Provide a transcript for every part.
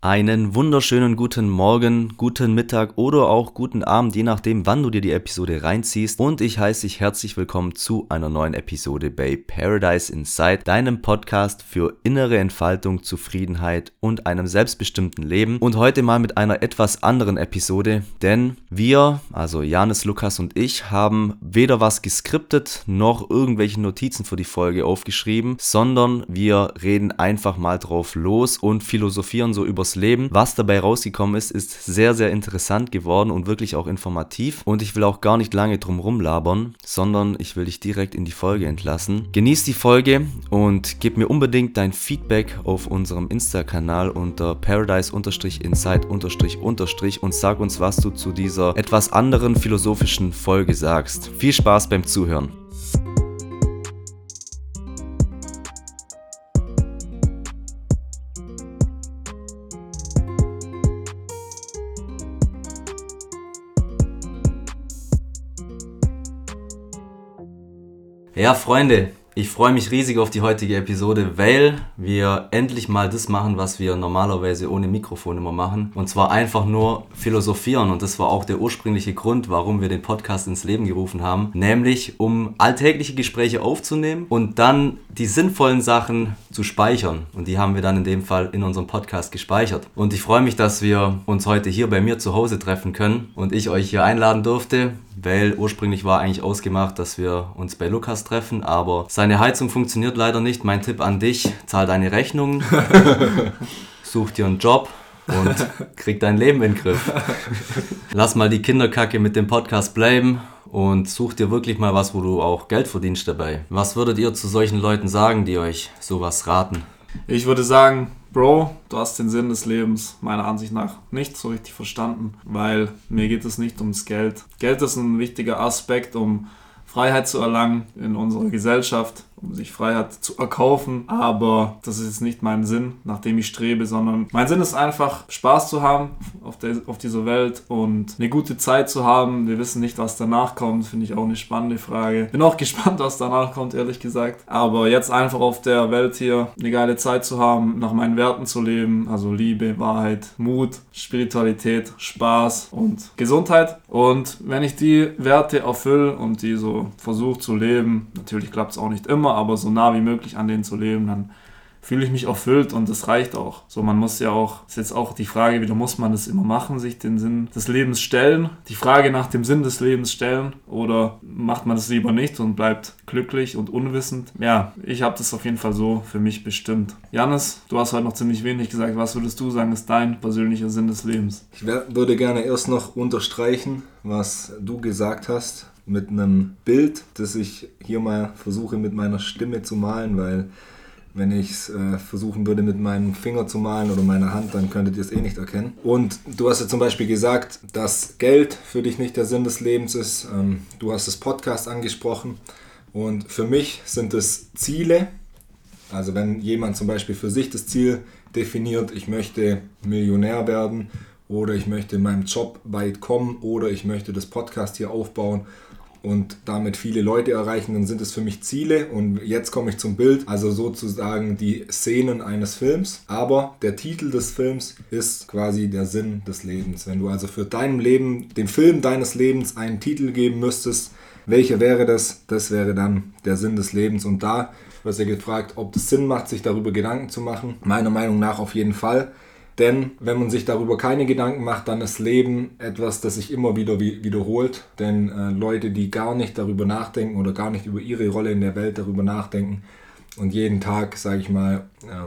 Einen wunderschönen guten Morgen, guten Mittag oder auch guten Abend, je nachdem, wann du dir die Episode reinziehst. Und ich heiße dich herzlich willkommen zu einer neuen Episode bei Paradise Inside, deinem Podcast für innere Entfaltung, Zufriedenheit und einem selbstbestimmten Leben. Und heute mal mit einer etwas anderen Episode, denn wir, also Janis, Lukas und ich, haben weder was geskriptet noch irgendwelche Notizen für die Folge aufgeschrieben, sondern wir reden einfach mal drauf los und philosophieren so übers Leben. Was dabei rausgekommen ist sehr, sehr interessant geworden und wirklich auch informativ. Und ich will auch gar nicht lange drum rumlabern, sondern ich will dich direkt in die Folge entlassen. Genieß die Folge und gib mir unbedingt dein Feedback auf unserem Insta-Kanal unter paradise_inside_ und sag uns, was du zu dieser etwas anderen philosophischen Folge sagst. Viel Spaß beim Zuhören. Ja, Freunde, ich freue mich riesig auf die heutige Episode, weil wir endlich mal das machen, was wir normalerweise ohne Mikrofon immer machen. Und zwar einfach nur philosophieren. Und das war auch der ursprüngliche Grund, warum wir den Podcast ins Leben gerufen haben. Nämlich, um alltägliche Gespräche aufzunehmen und dann die sinnvollen Sachen zu speichern. Und die haben wir dann in dem Fall in unserem Podcast gespeichert. Und ich freue mich, dass wir uns heute hier bei mir zu Hause treffen können und ich euch hier einladen durfte. Weil ursprünglich war eigentlich ausgemacht, dass wir uns bei Lukas treffen, aber seine Heizung funktioniert leider nicht. Mein Tipp an dich, zahl deine Rechnungen, such dir einen Job und krieg dein Leben in den Griff. Lass mal die Kinderkacke mit dem Podcast bleiben und such dir wirklich mal was, wo du auch Geld verdienst dabei. Was würdet ihr zu solchen Leuten sagen, die euch sowas raten? Ich würde sagen, Bro, du hast den Sinn des Lebens meiner Ansicht nach nicht so richtig verstanden, weil mir geht es nicht ums Geld. Geld ist ein wichtiger Aspekt, um Freiheit zu erlangen in unserer Gesellschaft, um sich Freiheit zu erkaufen, aber das ist jetzt nicht mein Sinn, nach dem ich strebe, sondern mein Sinn ist einfach, Spaß zu haben auf dieser Welt und eine gute Zeit zu haben. Wir wissen nicht, was danach kommt, finde ich auch eine spannende Frage. Bin auch gespannt, was danach kommt, ehrlich gesagt. Aber jetzt einfach auf der Welt hier eine geile Zeit zu haben, nach meinen Werten zu leben, also Liebe, Wahrheit, Mut, Spiritualität, Spaß und Gesundheit. Und wenn ich die Werte erfülle und die so versuche zu leben, natürlich klappt es auch nicht immer, aber so nah wie möglich an denen zu leben, dann fühle ich mich erfüllt und das reicht auch. So, man muss ja auch, ist jetzt auch die Frage wieder, muss man das immer machen, sich den Sinn des Lebens stellen, die Frage nach dem Sinn des Lebens stellen oder macht man das lieber nicht und bleibt glücklich und unwissend? Ja, ich habe das auf jeden Fall so für mich bestimmt. Janis, du hast heute noch ziemlich wenig gesagt. Was würdest du sagen, ist dein persönlicher Sinn des Lebens? Ich würde gerne erst noch unterstreichen, was du gesagt hast, mit einem Bild, das ich hier mal versuche mit meiner Stimme zu malen, weil wenn ich es versuchen würde mit meinem Finger zu malen oder meiner Hand, dann könntet ihr es nicht erkennen. Und du hast ja zum Beispiel gesagt, dass Geld für dich nicht der Sinn des Lebens ist. Du hast das Podcast angesprochen und für mich sind es Ziele. Also wenn jemand zum Beispiel für sich das Ziel definiert, ich möchte Millionär werden oder ich möchte in meinem Job weit kommen oder ich möchte das Podcast hier aufbauen und damit viele Leute erreichen, dann sind es für mich Ziele. Und jetzt komme ich zum Bild, also sozusagen die Szenen eines Films. Aber der Titel des Films ist quasi der Sinn des Lebens. Wenn du also für dein Leben, dem Film deines Lebens einen Titel geben müsstest, welcher wäre das? Das wäre dann der Sinn des Lebens. Und da wirst du gefragt, ob es Sinn macht, sich darüber Gedanken zu machen. Meiner Meinung nach auf jeden Fall. Denn wenn man sich darüber keine Gedanken macht, dann ist Leben etwas, das sich immer wieder wiederholt. Denn Leute, die gar nicht darüber nachdenken oder gar nicht über ihre Rolle in der Welt darüber nachdenken und jeden Tag, sage ich mal,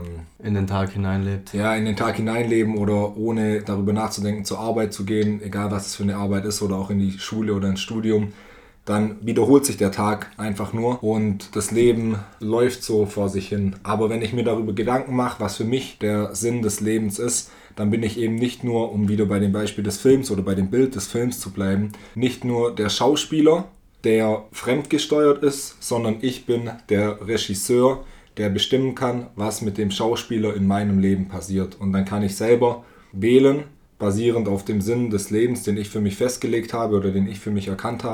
in den Tag hineinlebt. Ja, in den Tag hineinleben oder ohne darüber nachzudenken zur Arbeit zu gehen, egal was es für eine Arbeit ist oder auch in die Schule oder ins Studium, dann wiederholt sich der Tag einfach nur und das Leben läuft so vor sich hin. Aber wenn ich mir darüber Gedanken mache, was für mich der Sinn des Lebens ist, dann bin ich eben nicht nur, um wieder bei dem Beispiel des Films oder bei dem Bild des Films zu bleiben, nicht nur der Schauspieler, der fremdgesteuert ist, sondern ich bin der Regisseur, der bestimmen kann, was mit dem Schauspieler in meinem Leben passiert. Und dann kann ich selber wählen, basierend auf dem Sinn des Lebens, den ich für mich festgelegt habe oder den ich für mich erkannt habe,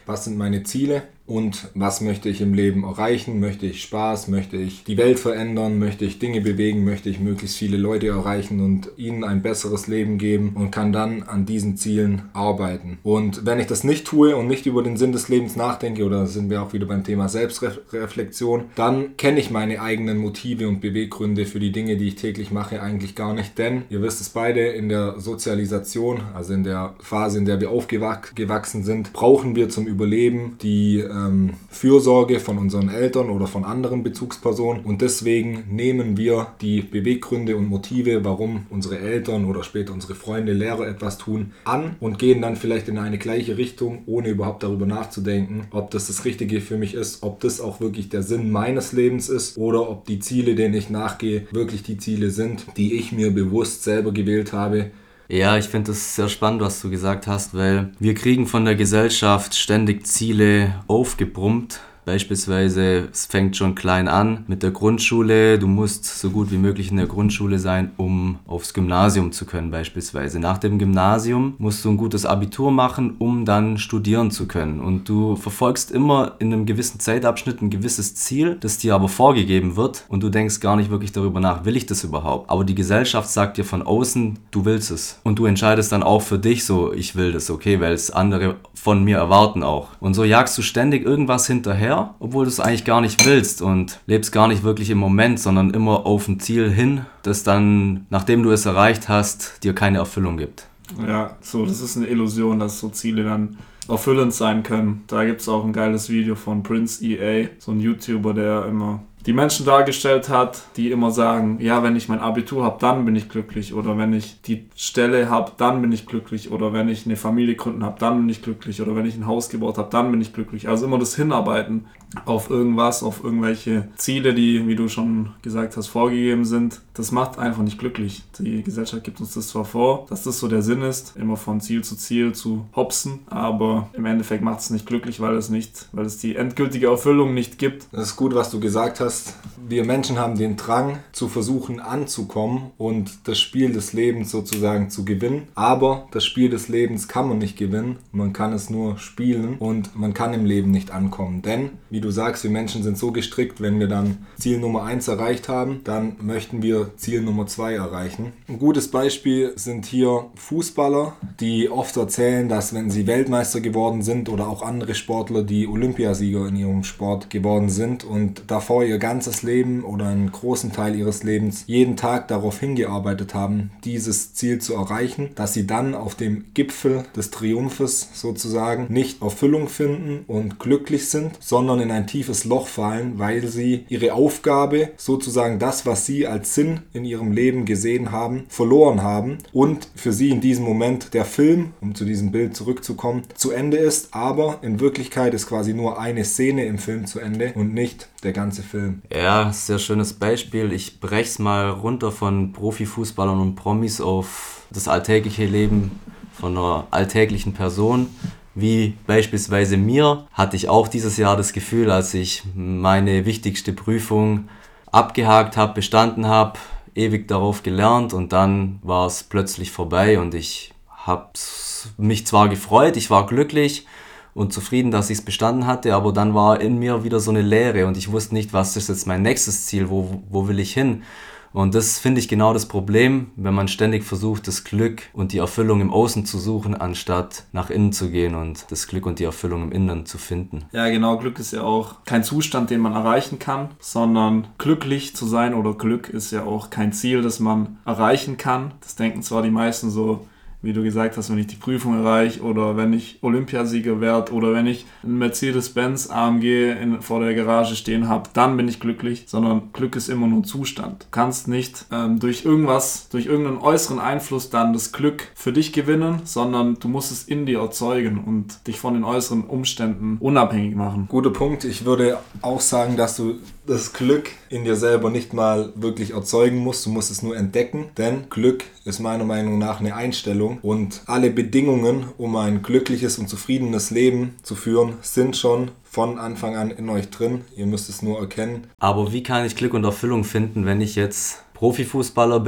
was sind meine Ziele und was möchte ich im Leben erreichen? Möchte ich Spaß? Möchte ich die Welt verändern? Möchte ich Dinge bewegen? Möchte ich möglichst viele Leute erreichen und ihnen ein besseres Leben geben und kann dann an diesen Zielen arbeiten? Und wenn ich das nicht tue und nicht über den Sinn des Lebens nachdenke, oder sind wir auch wieder beim Thema Selbstreflexion, dann kenne ich meine eigenen Motive und Beweggründe für die Dinge, die ich täglich mache, eigentlich gar nicht. Denn, ihr wisst es beide, in der Sozialisation, also in der Phase, in der wir aufgewachsen sind, brauchen wir zum Überleben die Fürsorge von unseren Eltern oder von anderen Bezugspersonen und deswegen nehmen wir die Beweggründe und Motive, warum unsere Eltern oder später unsere Freunde, Lehrer etwas tun, an und gehen dann vielleicht in eine gleiche Richtung, ohne überhaupt darüber nachzudenken, ob das Richtige für mich ist, ob das auch wirklich der Sinn meines Lebens ist oder ob die Ziele, denen ich nachgehe, wirklich die Ziele sind, die ich mir bewusst selber gewählt habe. Ja, ich finde es sehr spannend, was du gesagt hast, weil wir kriegen von der Gesellschaft ständig Ziele aufgebrummt. Beispielsweise, es fängt schon klein an mit der Grundschule. Du musst so gut wie möglich in der Grundschule sein, um aufs Gymnasium zu können beispielsweise. Nach dem Gymnasium musst du ein gutes Abitur machen, um dann studieren zu können. Und du verfolgst immer in einem gewissen Zeitabschnitt ein gewisses Ziel, das dir aber vorgegeben wird. Und du denkst gar nicht wirklich darüber nach, will ich das überhaupt? Aber die Gesellschaft sagt dir von außen, du willst es. Und du entscheidest dann auch für dich so, ich will das, okay, weil es andere von mir erwarten auch. Und so jagst du ständig irgendwas hinterher, obwohl du es eigentlich gar nicht willst und lebst gar nicht wirklich im Moment, sondern immer auf ein Ziel hin, das dann, nachdem du es erreicht hast, dir keine Erfüllung gibt. Ja, so, das ist eine Illusion, dass so Ziele dann erfüllend sein können. Da gibt es auch ein geiles Video von Prince EA, so ein YouTuber, der immer die Menschen dargestellt hat, die immer sagen, ja, wenn ich mein Abitur habe, dann bin ich glücklich, oder wenn ich die Stelle habe, dann bin ich glücklich, oder wenn ich eine Familie gründen habe, dann bin ich glücklich, oder wenn ich ein Haus gebaut habe, dann bin ich glücklich. Also immer das Hinarbeiten auf irgendwas, auf irgendwelche Ziele, die, wie du schon gesagt hast, vorgegeben sind, das macht einfach nicht glücklich. Die Gesellschaft gibt uns das zwar vor, dass das so der Sinn ist, immer von Ziel zu hopsen, aber im Endeffekt macht es nicht glücklich, weil es die endgültige Erfüllung nicht gibt. Das ist gut, was du gesagt hast. Wir Menschen haben den Drang zu versuchen anzukommen und das Spiel des Lebens sozusagen zu gewinnen. Aber das Spiel des Lebens kann man nicht gewinnen, man kann es nur spielen und man kann im Leben nicht ankommen. Denn, wie du sagst, wir Menschen sind so gestrickt, wenn wir dann Ziel Nummer 1 erreicht haben, dann möchten wir Ziel Nummer 2 erreichen. Ein gutes Beispiel sind hier Fußballer, die oft erzählen, dass wenn sie Weltmeister geworden sind oder auch andere Sportler, die Olympiasieger in ihrem Sport geworden sind und davor ihr ganzes Leben oder einen großen Teil ihres Lebens jeden Tag darauf hingearbeitet haben, dieses Ziel zu erreichen, dass sie dann auf dem Gipfel des Triumphes sozusagen nicht Erfüllung finden und glücklich sind, sondern in ein tiefes Loch fallen, weil sie ihre Aufgabe, sozusagen das, was sie als Sinn in ihrem Leben gesehen haben, verloren haben und für sie in diesem Moment der Film, um zu diesem Bild zurückzukommen, zu Ende ist, aber in Wirklichkeit ist quasi nur eine Szene im Film zu Ende und nicht der ganze Film. Ja, sehr schönes Beispiel. Ich brech's mal runter von Profifußballern und Promis auf das alltägliche Leben von einer alltäglichen Person. Wie beispielsweise mir hatte ich auch dieses Jahr das Gefühl, als ich meine wichtigste Prüfung abgehakt habe, bestanden habe, ewig darauf gelernt und dann war es plötzlich vorbei und ich habe mich zwar gefreut, ich war glücklich und zufrieden, dass ich es bestanden hatte, aber dann war in mir wieder so eine Leere und ich wusste nicht, was ist jetzt mein nächstes Ziel, wo will ich hin? Und das finde ich genau das Problem, wenn man ständig versucht, das Glück und die Erfüllung im Außen zu suchen, anstatt nach innen zu gehen und das Glück und die Erfüllung im Inneren zu finden. Ja, genau, Glück ist ja auch kein Zustand, den man erreichen kann, sondern glücklich zu sein oder Glück ist ja auch kein Ziel, das man erreichen kann. Das denken zwar die meisten so, wie du gesagt hast, wenn ich die Prüfung erreiche oder wenn ich Olympiasieger werde oder wenn ich einen Mercedes-Benz AMG vor der Garage stehen habe, dann bin ich glücklich, sondern Glück ist immer nur ein Zustand. Du kannst nicht durch irgendeinen äußeren Einfluss dann das Glück für dich gewinnen, sondern du musst es in dir erzeugen und dich von den äußeren Umständen unabhängig machen. Guter Punkt. Ich würde auch sagen, dass du das Glück in dir selber nicht mal wirklich erzeugen musst, du musst es nur entdecken, denn Glück ist meiner Meinung nach eine Einstellung und alle Bedingungen, um ein glückliches und zufriedenes Leben zu führen, sind schon von Anfang an in euch drin, ihr müsst es nur erkennen. Aber wie kann ich Glück und Erfüllung finden, wenn ich jetzt Profifußballer bin,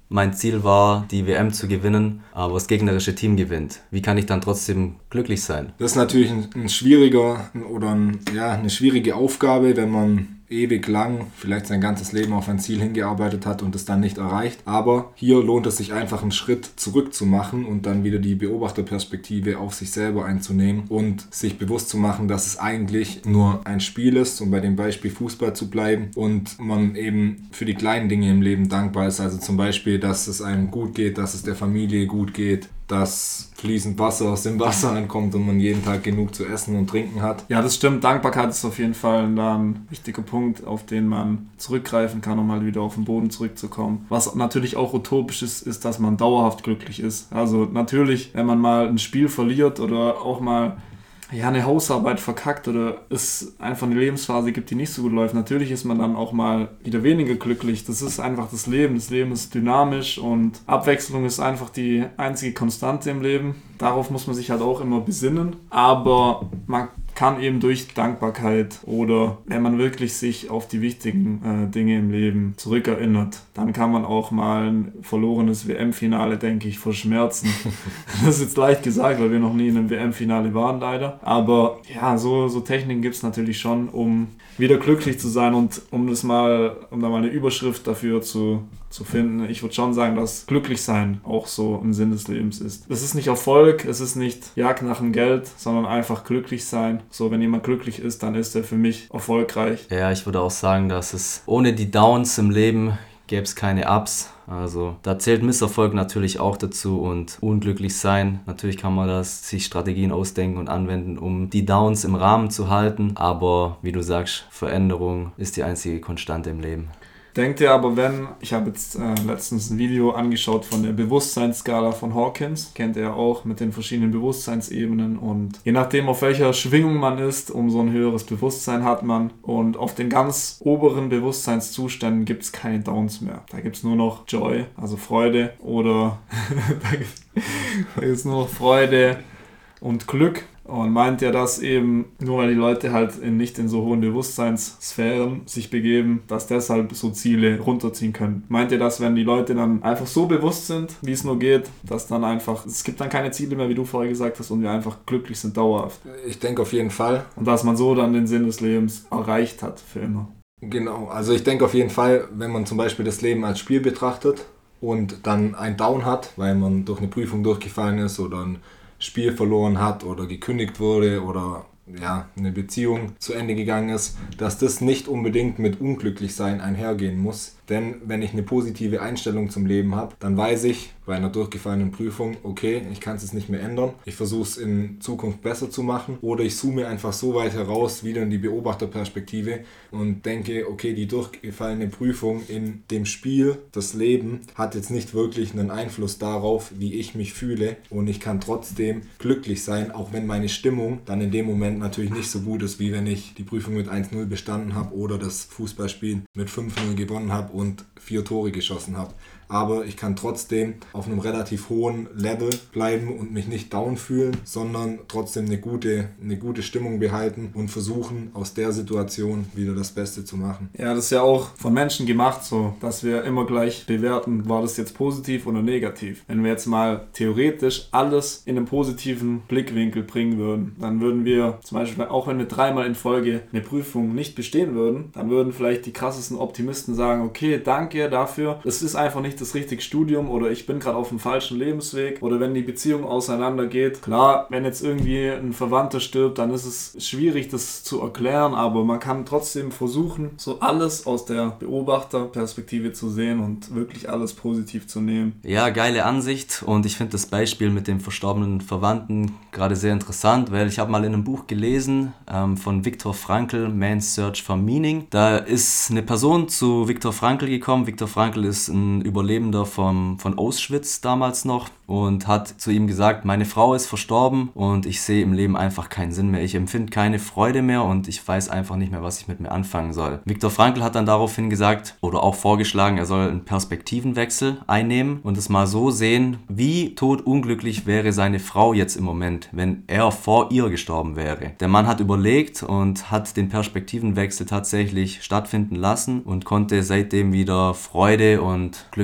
mein Ziel war, die WM zu gewinnen, aber das gegnerische Team gewinnt. Wie kann ich dann trotzdem glücklich sein? Das ist natürlich ein schwieriger oder eine schwierige Aufgabe, wenn man ewig lang, vielleicht sein ganzes Leben auf ein Ziel hingearbeitet hat und es dann nicht erreicht. Aber hier lohnt es sich einfach, einen Schritt zurück zu machen und dann wieder die Beobachterperspektive auf sich selber einzunehmen und sich bewusst zu machen, dass es eigentlich nur ein Spiel ist, um bei dem Beispiel Fußball zu bleiben, und man eben für die kleinen Dinge im Leben dankbar ist. Also zum Beispiel, dass es einem gut geht, dass es der Familie gut geht, dass fließend Wasser aus dem Wasser ankommt und man jeden Tag genug zu essen und trinken hat. Ja, das stimmt. Dankbarkeit ist auf jeden Fall ein wichtiger Punkt, auf den man zurückgreifen kann, um mal wieder auf den Boden zurückzukommen. Was natürlich auch utopisch ist, dass man dauerhaft glücklich ist. Also natürlich, wenn man mal ein Spiel verliert oder auch mal eine Hausarbeit verkackt oder es einfach eine Lebensphase gibt, die nicht so gut läuft, natürlich ist man dann auch mal wieder weniger glücklich. Das ist einfach das Leben. Das Leben ist dynamisch und Abwechslung ist einfach die einzige Konstante im Leben. Darauf muss man sich halt auch immer besinnen. Aber man kann eben durch Dankbarkeit oder wenn man wirklich sich auf die wichtigen Dinge im Leben zurückerinnert, dann kann man auch mal ein verlorenes WM-Finale, denke ich, verschmerzen. Das ist jetzt leicht gesagt, weil wir noch nie in einem WM-Finale waren, leider. Aber ja, so Techniken gibt es natürlich schon, um wieder glücklich zu sein und um da mal eine Überschrift dafür zu finden. Ich würde schon sagen, dass glücklich sein auch so ein Sinn des Lebens ist. Es ist nicht Erfolg, es ist nicht Jagd nach dem Geld, sondern einfach glücklich sein. So, wenn jemand glücklich ist, dann ist er für mich erfolgreich. Ja, ich würde auch sagen, dass es ohne die Downs im Leben gäbe es keine Ups. Also da zählt Misserfolg natürlich auch dazu und unglücklich sein. Natürlich kann man sich Strategien ausdenken und anwenden, um die Downs im Rahmen zu halten. Aber wie du sagst, Veränderung ist die einzige Konstante im Leben. Denkt ihr aber, ich habe jetzt letztens ein Video angeschaut von der Bewusstseinsskala von Hawkins, kennt ihr auch, mit den verschiedenen Bewusstseinsebenen, und je nachdem, auf welcher Schwingung man ist, umso ein höheres Bewusstsein hat man, und auf den ganz oberen Bewusstseinszuständen gibt es keine Downs mehr. Da gibt es nur noch Joy, also Freude, oder da gibt es nur noch Freude und Glück. Und meint ja, dass eben, nur weil die Leute halt nicht in so hohen Bewusstseinssphären sich begeben, dass deshalb so Ziele runterziehen können. Meint ihr, dass wenn die Leute dann einfach so bewusst sind, wie es nur geht, dass dann einfach, es gibt dann keine Ziele mehr, wie du vorher gesagt hast, und wir einfach glücklich sind dauerhaft? Ich denke auf jeden Fall. Und dass man so dann den Sinn des Lebens erreicht hat für immer. Genau, also ich denke auf jeden Fall, wenn man zum Beispiel das Leben als Spiel betrachtet und dann ein Down hat, weil man durch eine Prüfung durchgefallen ist oder ein Spiel verloren hat oder gekündigt wurde oder eine Beziehung zu Ende gegangen ist, dass das nicht unbedingt mit Unglücklichsein einhergehen muss. Denn wenn ich eine positive Einstellung zum Leben habe, dann weiß ich bei einer durchgefallenen Prüfung, okay, ich kann es nicht mehr ändern. Ich versuche es in Zukunft besser zu machen, oder ich zoome einfach so weit heraus, wieder in die Beobachterperspektive, und denke, okay, die durchgefallene Prüfung in dem Spiel, das Leben, hat jetzt nicht wirklich einen Einfluss darauf, wie ich mich fühle, und ich kann trotzdem glücklich sein, auch wenn meine Stimmung dann in dem Moment natürlich nicht so gut ist, wie wenn ich die Prüfung mit 1-0 bestanden habe oder das Fußballspiel mit 5-0 gewonnen habe und 4 Tore geschossen habe. Aber ich kann trotzdem auf einem relativ hohen Level bleiben und mich nicht down fühlen, sondern trotzdem eine gute Stimmung behalten und versuchen, aus der Situation wieder das Beste zu machen. Ja, das ist ja auch von Menschen gemacht so, dass wir immer gleich bewerten, war das jetzt positiv oder negativ. Wenn wir jetzt mal theoretisch alles in einen positiven Blickwinkel bringen würden, dann würden wir zum Beispiel, auch wenn wir 3-mal in Folge eine Prüfung nicht bestehen würden, dann würden vielleicht die krassesten Optimisten sagen, okay, danke dafür, es ist einfach nicht das richtige Studium, oder ich bin gerade auf dem falschen Lebensweg, oder wenn die Beziehung auseinandergeht. Klar, wenn jetzt irgendwie ein Verwandter stirbt, dann ist es schwierig, das zu erklären, aber man kann trotzdem versuchen, so alles aus der Beobachterperspektive zu sehen und wirklich alles positiv zu nehmen. Ja, geile Ansicht, und ich finde das Beispiel mit dem verstorbenen Verwandten gerade sehr interessant, weil ich habe mal in einem Buch gelesen von Viktor Frankl, Man's Search for Meaning. Da ist eine Person zu Viktor Frankl gekommen. Viktor Frankl ist ein Überlebender von Auschwitz damals noch und hat zu ihm gesagt, meine Frau ist verstorben und ich sehe im Leben einfach keinen Sinn mehr. Ich empfinde keine Freude mehr und ich weiß einfach nicht mehr, was ich mit mir anfangen soll. Viktor Frankl hat dann daraufhin gesagt oder auch vorgeschlagen, er soll einen Perspektivenwechsel einnehmen und es mal so sehen, wie todunglücklich wäre seine Frau jetzt im Moment, wenn er vor ihr gestorben wäre. Der Mann hat überlegt und hat den Perspektivenwechsel tatsächlich stattfinden lassen und konnte seitdem wieder Freude und Glück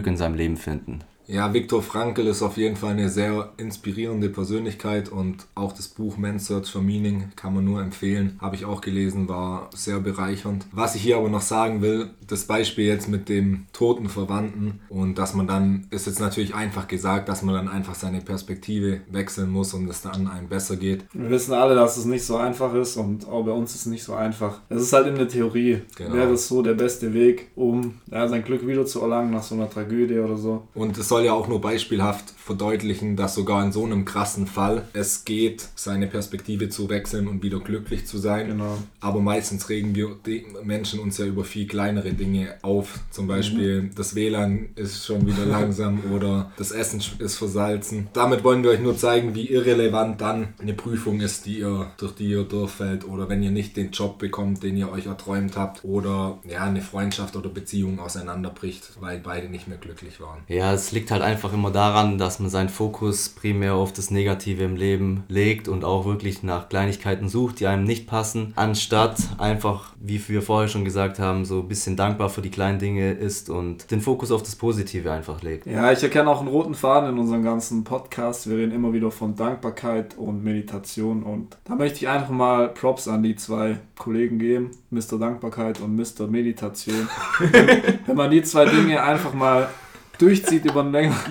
in seinem Leben finden? Ja, Viktor Frankl ist auf jeden Fall eine sehr inspirierende Persönlichkeit und auch das Buch Man's Search for Meaning kann man nur empfehlen. Habe ich auch gelesen, war sehr bereichernd. Was ich hier aber noch sagen will, das Beispiel jetzt mit dem toten Verwandten und dass man dann, ist jetzt natürlich einfach gesagt, dass man dann einfach seine Perspektive wechseln muss und es dann einem besser geht. Wir wissen alle, dass es nicht so einfach ist und auch bei uns ist es nicht so einfach. Es ist halt in der Theorie, wäre es so der beste Weg, um sein Glück wieder zu erlangen nach so einer Tragödie oder so. Und es soll ja auch nur beispielhaft verdeutlichen, dass sogar in so einem krassen Fall es geht, seine Perspektive zu wechseln und wieder glücklich zu sein. Genau. Aber meistens regen wir die Menschen uns ja über viel kleinere Dinge auf. Zum Beispiel das WLAN ist schon wieder langsam oder das Essen ist versalzen. Damit wollen wir euch nur zeigen, wie irrelevant dann eine Prüfung ist, durch die ihr durchfällt, oder wenn ihr nicht den Job bekommt, den ihr euch erträumt habt, oder eine Freundschaft oder Beziehung auseinanderbricht, weil beide nicht mehr glücklich waren. Ja, es liegt halt einfach immer daran, dass man seinen Fokus primär auf das Negative im Leben legt und auch wirklich nach Kleinigkeiten sucht, die einem nicht passen, anstatt einfach, wie wir vorher schon gesagt haben, so ein bisschen dankbar für die kleinen Dinge ist und den Fokus auf das Positive einfach legt. Ja, ich erkenne auch einen roten Faden in unserem ganzen Podcast. Wir reden immer wieder von Dankbarkeit und Meditation und da möchte ich einfach mal Props an die zwei Kollegen geben, Mr. Dankbarkeit und Mr. Meditation. Wenn man die zwei Dinge einfach mal durchzieht über einen längeren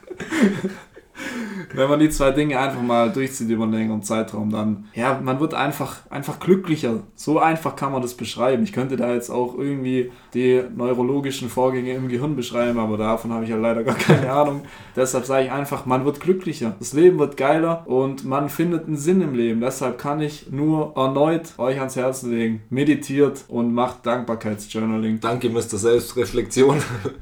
Zeitraum, dann, man wird einfach glücklicher. So einfach kann man das beschreiben. Ich könnte da jetzt auch irgendwie die neurologischen Vorgänge im Gehirn beschreiben, aber davon habe ich ja leider gar keine Ahnung. Deshalb sage ich einfach, man wird glücklicher. Das Leben wird geiler und man findet einen Sinn im Leben. Deshalb kann ich nur erneut euch ans Herz legen. Meditiert und macht Dankbarkeitsjournaling. Danke, Mr. Selbstreflexion.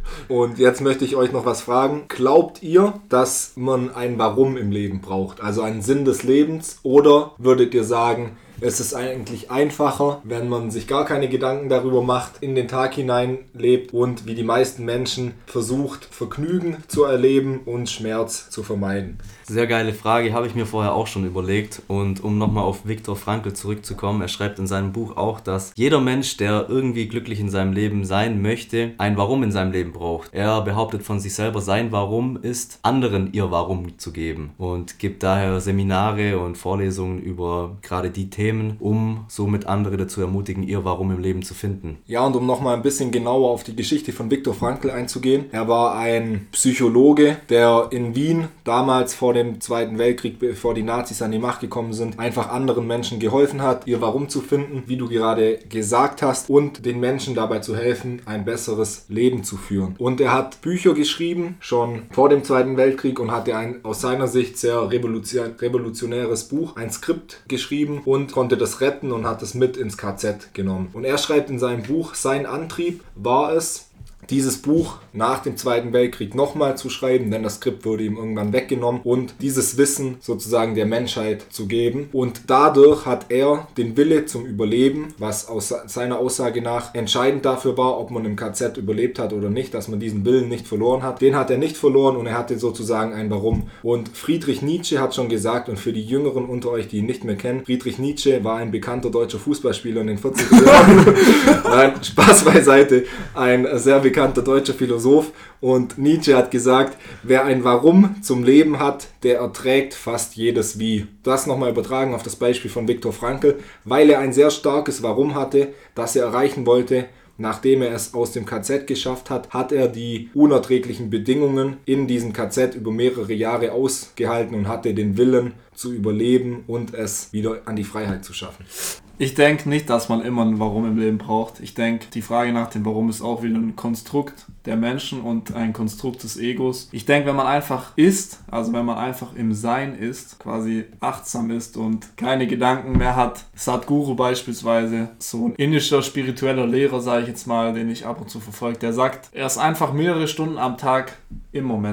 Und jetzt möchte ich euch noch was fragen. Glaubt ihr, dass man ein Warum im Leben braucht? Also einen Sinn des Lebens? Oder würdet ihr sagen, es ist eigentlich einfacher, wenn man sich gar keine Gedanken darüber macht, in den Tag hinein lebt und wie die meisten Menschen versucht, Vergnügen zu erleben und Schmerz zu vermeiden? Sehr geile Frage, habe ich mir vorher auch schon überlegt. Und um nochmal auf Viktor Frankl zurückzukommen, er schreibt in seinem Buch auch, dass jeder Mensch, der irgendwie glücklich in seinem Leben sein möchte, ein Warum in seinem Leben braucht. Er behauptet von sich selber, sein Warum ist, anderen ihr Warum zu geben. Und gibt daher Seminare und Vorlesungen über gerade die Themen, um somit andere dazu ermutigen, ihr Warum im Leben zu finden. Ja, und um nochmal ein bisschen genauer auf die Geschichte von Viktor Frankl einzugehen. Er war ein Psychologe, der in Wien damals vor dem Zweiten Weltkrieg, bevor die Nazis an die Macht gekommen sind, einfach anderen Menschen geholfen hat, ihr Warum zu finden, wie du gerade gesagt hast, und den Menschen dabei zu helfen, ein besseres Leben zu führen. Und er hat Bücher geschrieben, schon vor dem Zweiten Weltkrieg, und hatte ein aus seiner Sicht sehr revolutionäres Buch, ein Skript geschrieben und konnte das retten und hat es mit ins KZ genommen. Und er schreibt in seinem Buch, sein Antrieb war es, dieses Buch nach dem Zweiten Weltkrieg nochmal zu schreiben, denn das Skript wurde ihm irgendwann weggenommen, und dieses Wissen sozusagen der Menschheit zu geben. Und dadurch hat er den Wille zum Überleben, was aus seiner Aussage nach entscheidend dafür war, ob man im KZ überlebt hat oder nicht, dass man diesen Willen nicht verloren hat. Den hat er nicht verloren und er hatte sozusagen ein Warum. Und Friedrich Nietzsche hat schon gesagt, und für die Jüngeren unter euch, die ihn nicht mehr kennen, Friedrich Nietzsche war ein bekannter deutscher Fußballspieler in den 40er Jahren. Nein, Spaß beiseite, ein sehr bekannter deutscher Philosoph, und Nietzsche hat gesagt, wer ein Warum zum Leben hat, der erträgt fast jedes Wie. Das nochmal übertragen auf das Beispiel von Viktor Frankl, weil er ein sehr starkes Warum hatte, das er erreichen wollte. Nachdem er es aus dem KZ geschafft hat, hat er die unerträglichen Bedingungen in diesem KZ über mehrere Jahre ausgehalten und hatte den Willen zu überleben und es wieder an die Freiheit zu schaffen. Ich denke nicht, dass man immer ein Warum im Leben braucht. Ich denke, die Frage nach dem Warum ist auch wieder ein Konstrukt der Menschen und ein Konstrukt des Egos. Ich denke, wenn man einfach ist, also wenn man einfach im Sein ist, quasi achtsam ist und keine Gedanken mehr hat. Sadhguru beispielsweise, so ein indischer spiritueller Lehrer, den ich ab und zu verfolge, der sagt, er ist einfach mehrere Stunden am Tag im Moment.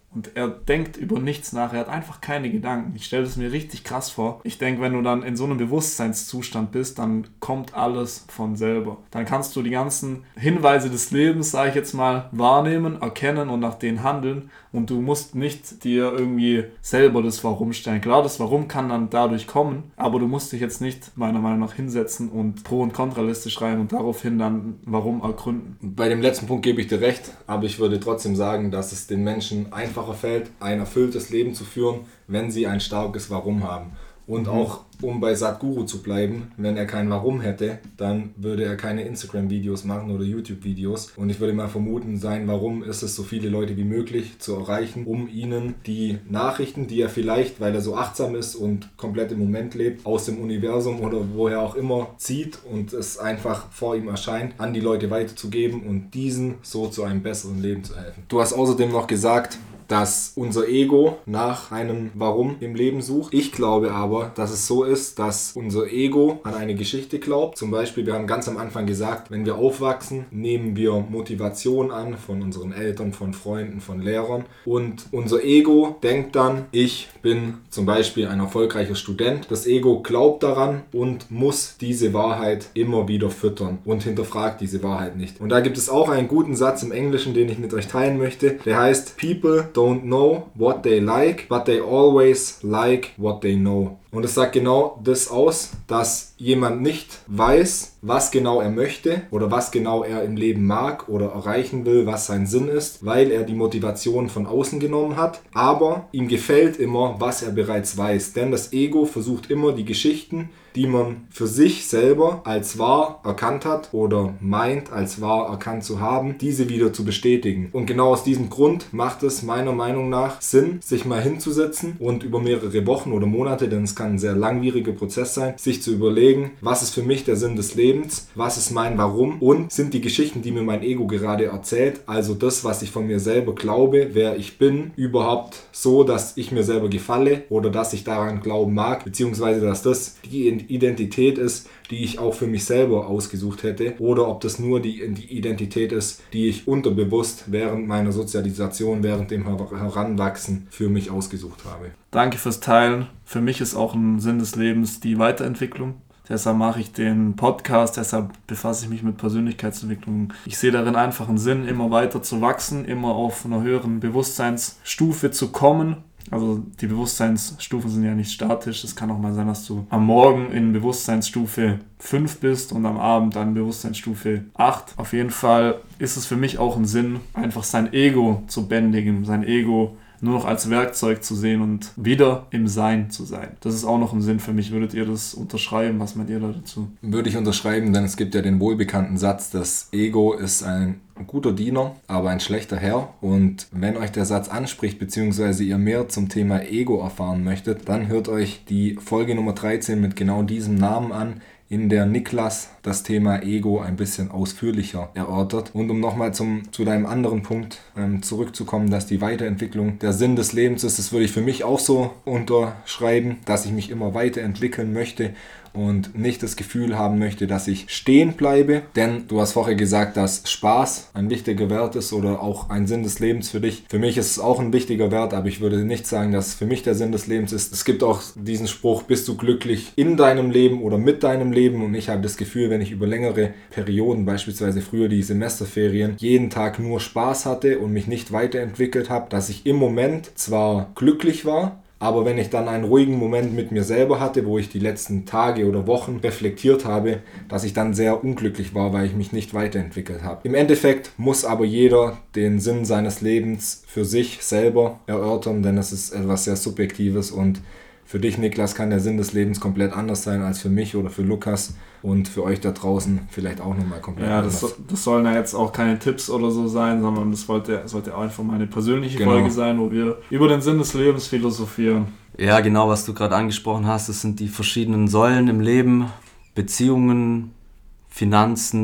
und er denkt über nichts nach, er hat einfach keine Gedanken. Ich stelle es mir richtig krass vor. Ich denke, wenn du dann in so einem Bewusstseinszustand bist, dann kommt alles von selber. Dann kannst du die ganzen Hinweise des Lebens, sage ich jetzt mal, wahrnehmen, erkennen und nach denen handeln und du musst nicht dir irgendwie selber das Warum stellen. Klar, das Warum kann dann dadurch kommen, aber du musst dich jetzt nicht meiner Meinung nach hinsetzen und Pro- und Kontraliste schreiben und daraufhin dann Warum ergründen. Bei dem letzten Punkt gebe ich dir recht, aber ich würde trotzdem sagen, dass es den Menschen einfacher fällt, ein erfülltes Leben zu führen, wenn sie ein starkes Warum haben. Und auch, um bei Sadhguru zu bleiben, wenn er kein Warum hätte, dann würde er keine Instagram-Videos machen oder YouTube-Videos. Und ich würde mal vermuten, sein Warum ist es, so viele Leute wie möglich zu erreichen, um ihnen die Nachrichten, die er vielleicht, weil er so achtsam ist und komplett im Moment lebt, aus dem Universum oder woher auch immer zieht und es einfach vor ihm erscheint, an die Leute weiterzugeben und diesen so zu einem besseren Leben zu helfen. Du hast außerdem noch gesagt, dass unser Ego nach einem Warum im Leben sucht. Ich glaube aber, dass es so ist, dass unser Ego an eine Geschichte glaubt. Zum Beispiel, wir haben ganz am Anfang gesagt, wenn wir aufwachsen, nehmen wir Motivation an von unseren Eltern, von Freunden, von Lehrern. Und unser Ego denkt dann, ich bin zum Beispiel ein erfolgreicher Student. Das Ego glaubt daran und muss diese Wahrheit immer wieder füttern und hinterfragt diese Wahrheit nicht. Und da gibt es auch einen guten Satz im Englischen, den ich mit euch teilen möchte. Der heißt, People don't know what they like, but they always like what they know. Und es sagt genau das aus, dass jemand nicht weiß, was genau er möchte oder was genau er im Leben mag oder erreichen will, was sein Sinn ist, weil er die Motivation von außen genommen hat. Aber ihm gefällt immer, was er bereits weiß. Denn das Ego versucht immer die Geschichten, die man für sich selber als wahr erkannt hat oder meint, als wahr erkannt zu haben, diese wieder zu bestätigen. Und genau aus diesem Grund macht es meiner Meinung nach Sinn, sich mal hinzusetzen und über mehrere Wochen oder Monate, denn es kann ein sehr langwieriger Prozess sein, sich zu überlegen, was ist für mich der Sinn des Lebens, was ist mein Warum und sind die Geschichten, die mir mein Ego gerade erzählt, also das, was ich von mir selber glaube, wer ich bin, überhaupt so, dass ich mir selber gefalle oder dass ich daran glauben mag, beziehungsweise dass das die Identität ist, die ich auch für mich selber ausgesucht hätte, oder ob das nur die Identität ist, die ich unterbewusst während meiner Sozialisation, während dem Heranwachsen für mich ausgesucht habe. Danke fürs Teilen. Für mich ist auch ein Sinn des Lebens die Weiterentwicklung. Deshalb mache ich den Podcast, deshalb befasse ich mich mit Persönlichkeitsentwicklung. Ich sehe darin einfach einen Sinn, immer weiter zu wachsen, immer auf einer höheren Bewusstseinsstufe zu kommen. Also die Bewusstseinsstufen sind ja nicht statisch. Es kann auch mal sein, dass du am Morgen in Bewusstseinsstufe 5 bist und am Abend dann Bewusstseinsstufe 8. Auf jeden Fall ist es für mich auch ein Sinn, einfach sein Ego zu bändigen, sein Ego nur noch als Werkzeug zu sehen und wieder im Sein zu sein. Das ist auch noch ein Sinn für mich. Würdet ihr das unterschreiben? Was meint ihr da dazu? Würde ich unterschreiben, denn es gibt ja den wohlbekannten Satz, das Ego ist ein guter Diener, aber ein schlechter Herr. Und wenn euch der Satz anspricht, beziehungsweise ihr mehr zum Thema Ego erfahren möchtet, dann hört euch die Folge Nummer 13 mit genau diesem Namen an, in der Niklas das Thema Ego ein bisschen ausführlicher erörtert. Und um nochmal zu deinem anderen Punkt zurückzukommen, dass die Weiterentwicklung der Sinn des Lebens ist, das würde ich für mich auch so unterschreiben, dass ich mich immer weiterentwickeln möchte und nicht das Gefühl haben möchte, dass ich stehen bleibe. Denn du hast vorher gesagt, dass Spaß ein wichtiger Wert ist oder auch ein Sinn des Lebens für dich. Für mich ist es auch ein wichtiger Wert, aber ich würde nicht sagen, dass es für mich der Sinn des Lebens ist. Es gibt auch diesen Spruch, bist du glücklich in deinem Leben oder mit deinem Leben? Und ich habe das Gefühl, wenn ich über längere Perioden, beispielsweise früher die Semesterferien, jeden Tag nur Spaß hatte und mich nicht weiterentwickelt habe, dass ich im Moment zwar glücklich war, aber wenn ich dann einen ruhigen Moment mit mir selber hatte, wo ich die letzten Tage oder Wochen reflektiert habe, dass ich dann sehr unglücklich war, weil ich mich nicht weiterentwickelt habe. Im Endeffekt muss aber jeder den Sinn seines Lebens für sich selber erörtern, denn es ist etwas sehr Subjektives und für dich, Niklas, kann der Sinn des Lebens komplett anders sein als für mich oder für Lukas und für euch da draußen vielleicht auch nochmal komplett anders. Ja, das sollen ja jetzt auch keine Tipps oder so sein, sondern das sollte auch einfach mal eine persönliche Folge sein, wo wir über den Sinn des Lebens philosophieren. Ja, genau, was du gerade angesprochen hast, das sind die verschiedenen Säulen im Leben, Beziehungen, Finanzen,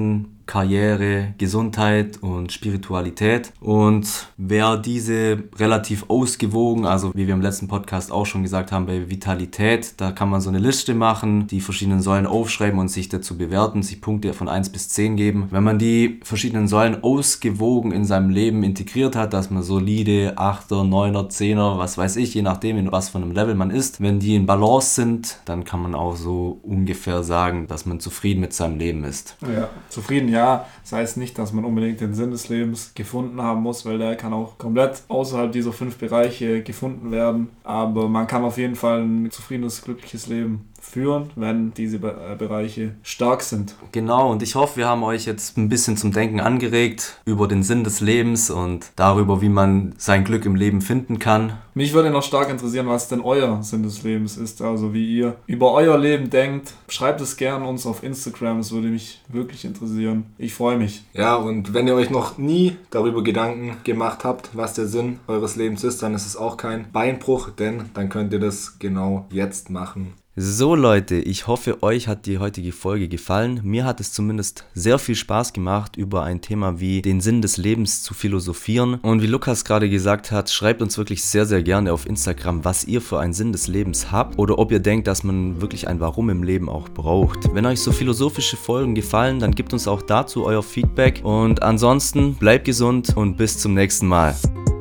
Karriere, Gesundheit und Spiritualität. Und wer diese relativ ausgewogen, also wie wir im letzten Podcast auch schon gesagt haben, bei Vitalität, da kann man so eine Liste machen, die verschiedenen Säulen aufschreiben und sich dazu bewerten, sich Punkte von 1 bis 10 geben. Wenn man die verschiedenen Säulen ausgewogen in seinem Leben integriert hat, dass man solide 8er, 9er, 10er, was weiß ich, je nachdem, in was von einem Level man ist, wenn die in Balance sind, dann kann man auch so ungefähr sagen, dass man zufrieden mit seinem Leben ist. Ja, zufrieden ja. Das heißt nicht, dass man unbedingt den Sinn des Lebens gefunden haben muss, weil der kann auch komplett außerhalb dieser 5 Bereiche gefunden werden. Aber man kann auf jeden Fall ein zufriedenes, glückliches Leben führen, wenn diese Bereiche stark sind. Genau, und ich hoffe, wir haben euch jetzt ein bisschen zum Denken angeregt über den Sinn des Lebens und darüber, wie man sein Glück im Leben finden kann. Mich würde noch stark interessieren, was denn euer Sinn des Lebens ist, also wie ihr über euer Leben denkt. Schreibt es gerne uns auf Instagram, das würde mich wirklich interessieren. Ich freue mich. Ja, und wenn ihr euch noch nie darüber Gedanken gemacht habt, was der Sinn eures Lebens ist, dann ist es auch kein Beinbruch, denn dann könnt ihr das genau jetzt machen. So Leute, ich hoffe, euch hat die heutige Folge gefallen. Mir hat es zumindest sehr viel Spaß gemacht, über ein Thema wie den Sinn des Lebens zu philosophieren. Und wie Lukas gerade gesagt hat, schreibt uns wirklich sehr, sehr gerne auf Instagram, was ihr für einen Sinn des Lebens habt oder ob ihr denkt, dass man wirklich ein Warum im Leben auch braucht. Wenn euch so philosophische Folgen gefallen, dann gebt uns auch dazu euer Feedback. Und ansonsten bleibt gesund und bis zum nächsten Mal.